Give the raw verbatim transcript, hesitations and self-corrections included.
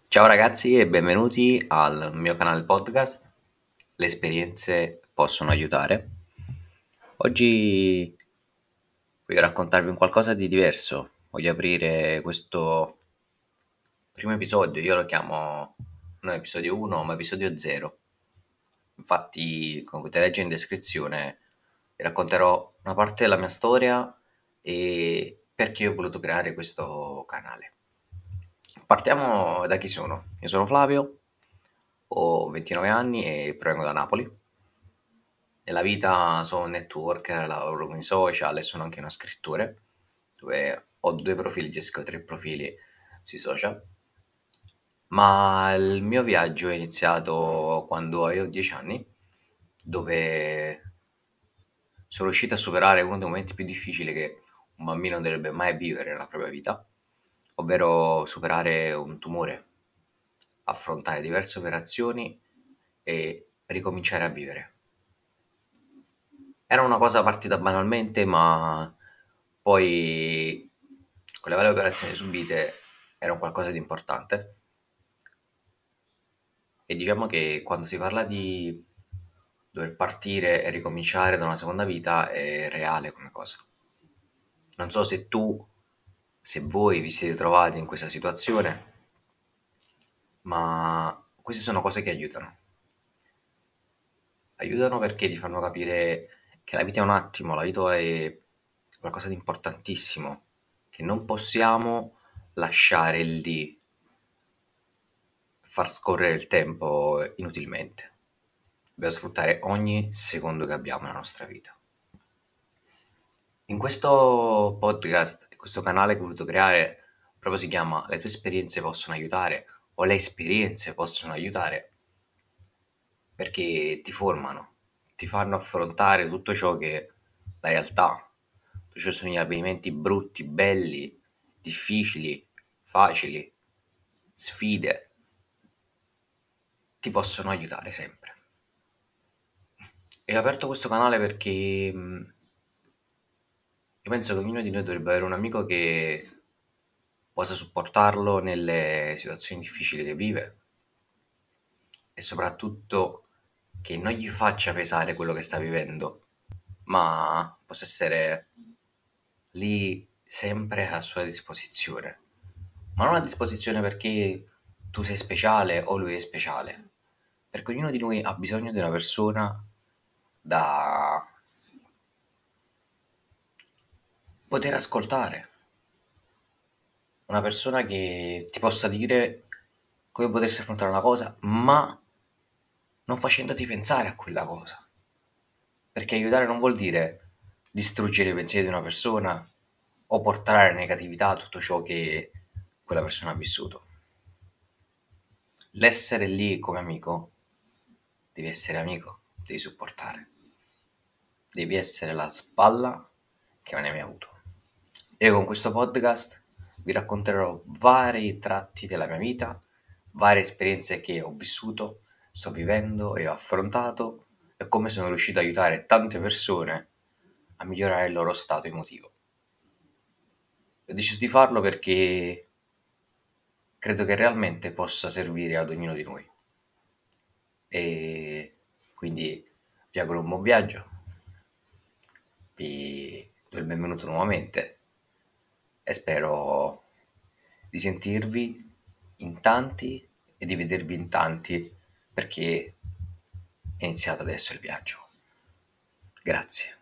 Ciao ragazzi e benvenuti al mio canale podcast. Le esperienze possono aiutare. Oggi voglio raccontarvi un qualcosa di diverso. Voglio aprire questo primo episodio, io lo chiamo non episodio uno, ma episodio zero. Infatti, come potete leggere in descrizione, vi racconterò una parte della mia storia e perché ho voluto creare questo canale. Partiamo da chi sono. Io sono Flavio, ho ventinove anni e provengo da Napoli. Nella vita sono un networker, lavoro con i social e sono anche uno scrittore, dove ho due profili, gestisco tre profili sui social. Ma il mio viaggio è iniziato quando avevo dieci anni, dove sono riuscito a superare uno dei momenti più difficili che un bambino non dovrebbe mai vivere nella propria vita, ovvero superare un tumore, affrontare diverse operazioni e ricominciare a vivere. Era una cosa partita banalmente, ma poi con le varie operazioni subite era un qualcosa di importante. E diciamo che quando si parla di dover partire e ricominciare da una seconda vita è reale come cosa. Non so se tu, se voi vi siete trovati in questa situazione, ma queste sono cose che aiutano. Aiutano perché ti fanno capire che la vita è un attimo, la vita è qualcosa di importantissimo, che non possiamo lasciare lì, far scorrere il tempo inutilmente. Dobbiamo sfruttare ogni secondo che abbiamo nella nostra vita. In questo podcast, in questo canale che ho voluto creare, proprio si chiama Le tue esperienze possono aiutare o le esperienze possono aiutare perché ti formano, ti fanno affrontare tutto ciò che è la realtà, tutto ciò che sono gli avvenimenti brutti, belli, difficili, facili, sfide, ti possono aiutare sempre. E ho aperto questo canale perché mh, io penso che ognuno di noi dovrebbe avere un amico che possa supportarlo nelle situazioni difficili che vive e soprattutto che non gli faccia pesare quello che sta vivendo, ma possa essere lì sempre a sua disposizione. Ma non a disposizione perché tu sei speciale o lui è speciale, perché ognuno di noi ha bisogno di una persona da poter ascoltare, una persona che ti possa dire come potersi affrontare una cosa, ma non facendoti pensare a quella cosa. Perché aiutare non vuol dire distruggere i pensieri di una persona o portare negatività a tutto ciò che quella persona ha vissuto. L'essere lì come amico, devi essere amico, devi supportare, devi essere la spalla che non hai mai avuto. Io con questo podcast vi racconterò vari tratti della mia vita, varie esperienze che ho vissuto, sto vivendo e ho affrontato e come sono riuscito ad aiutare tante persone a migliorare il loro stato emotivo. Ho deciso di farlo perché credo che realmente possa servire ad ognuno di noi. E quindi vi auguro un buon viaggio, vi do il benvenuto nuovamente e spero di sentirvi in tanti e di vedervi in tanti perché è iniziato adesso il viaggio. Grazie.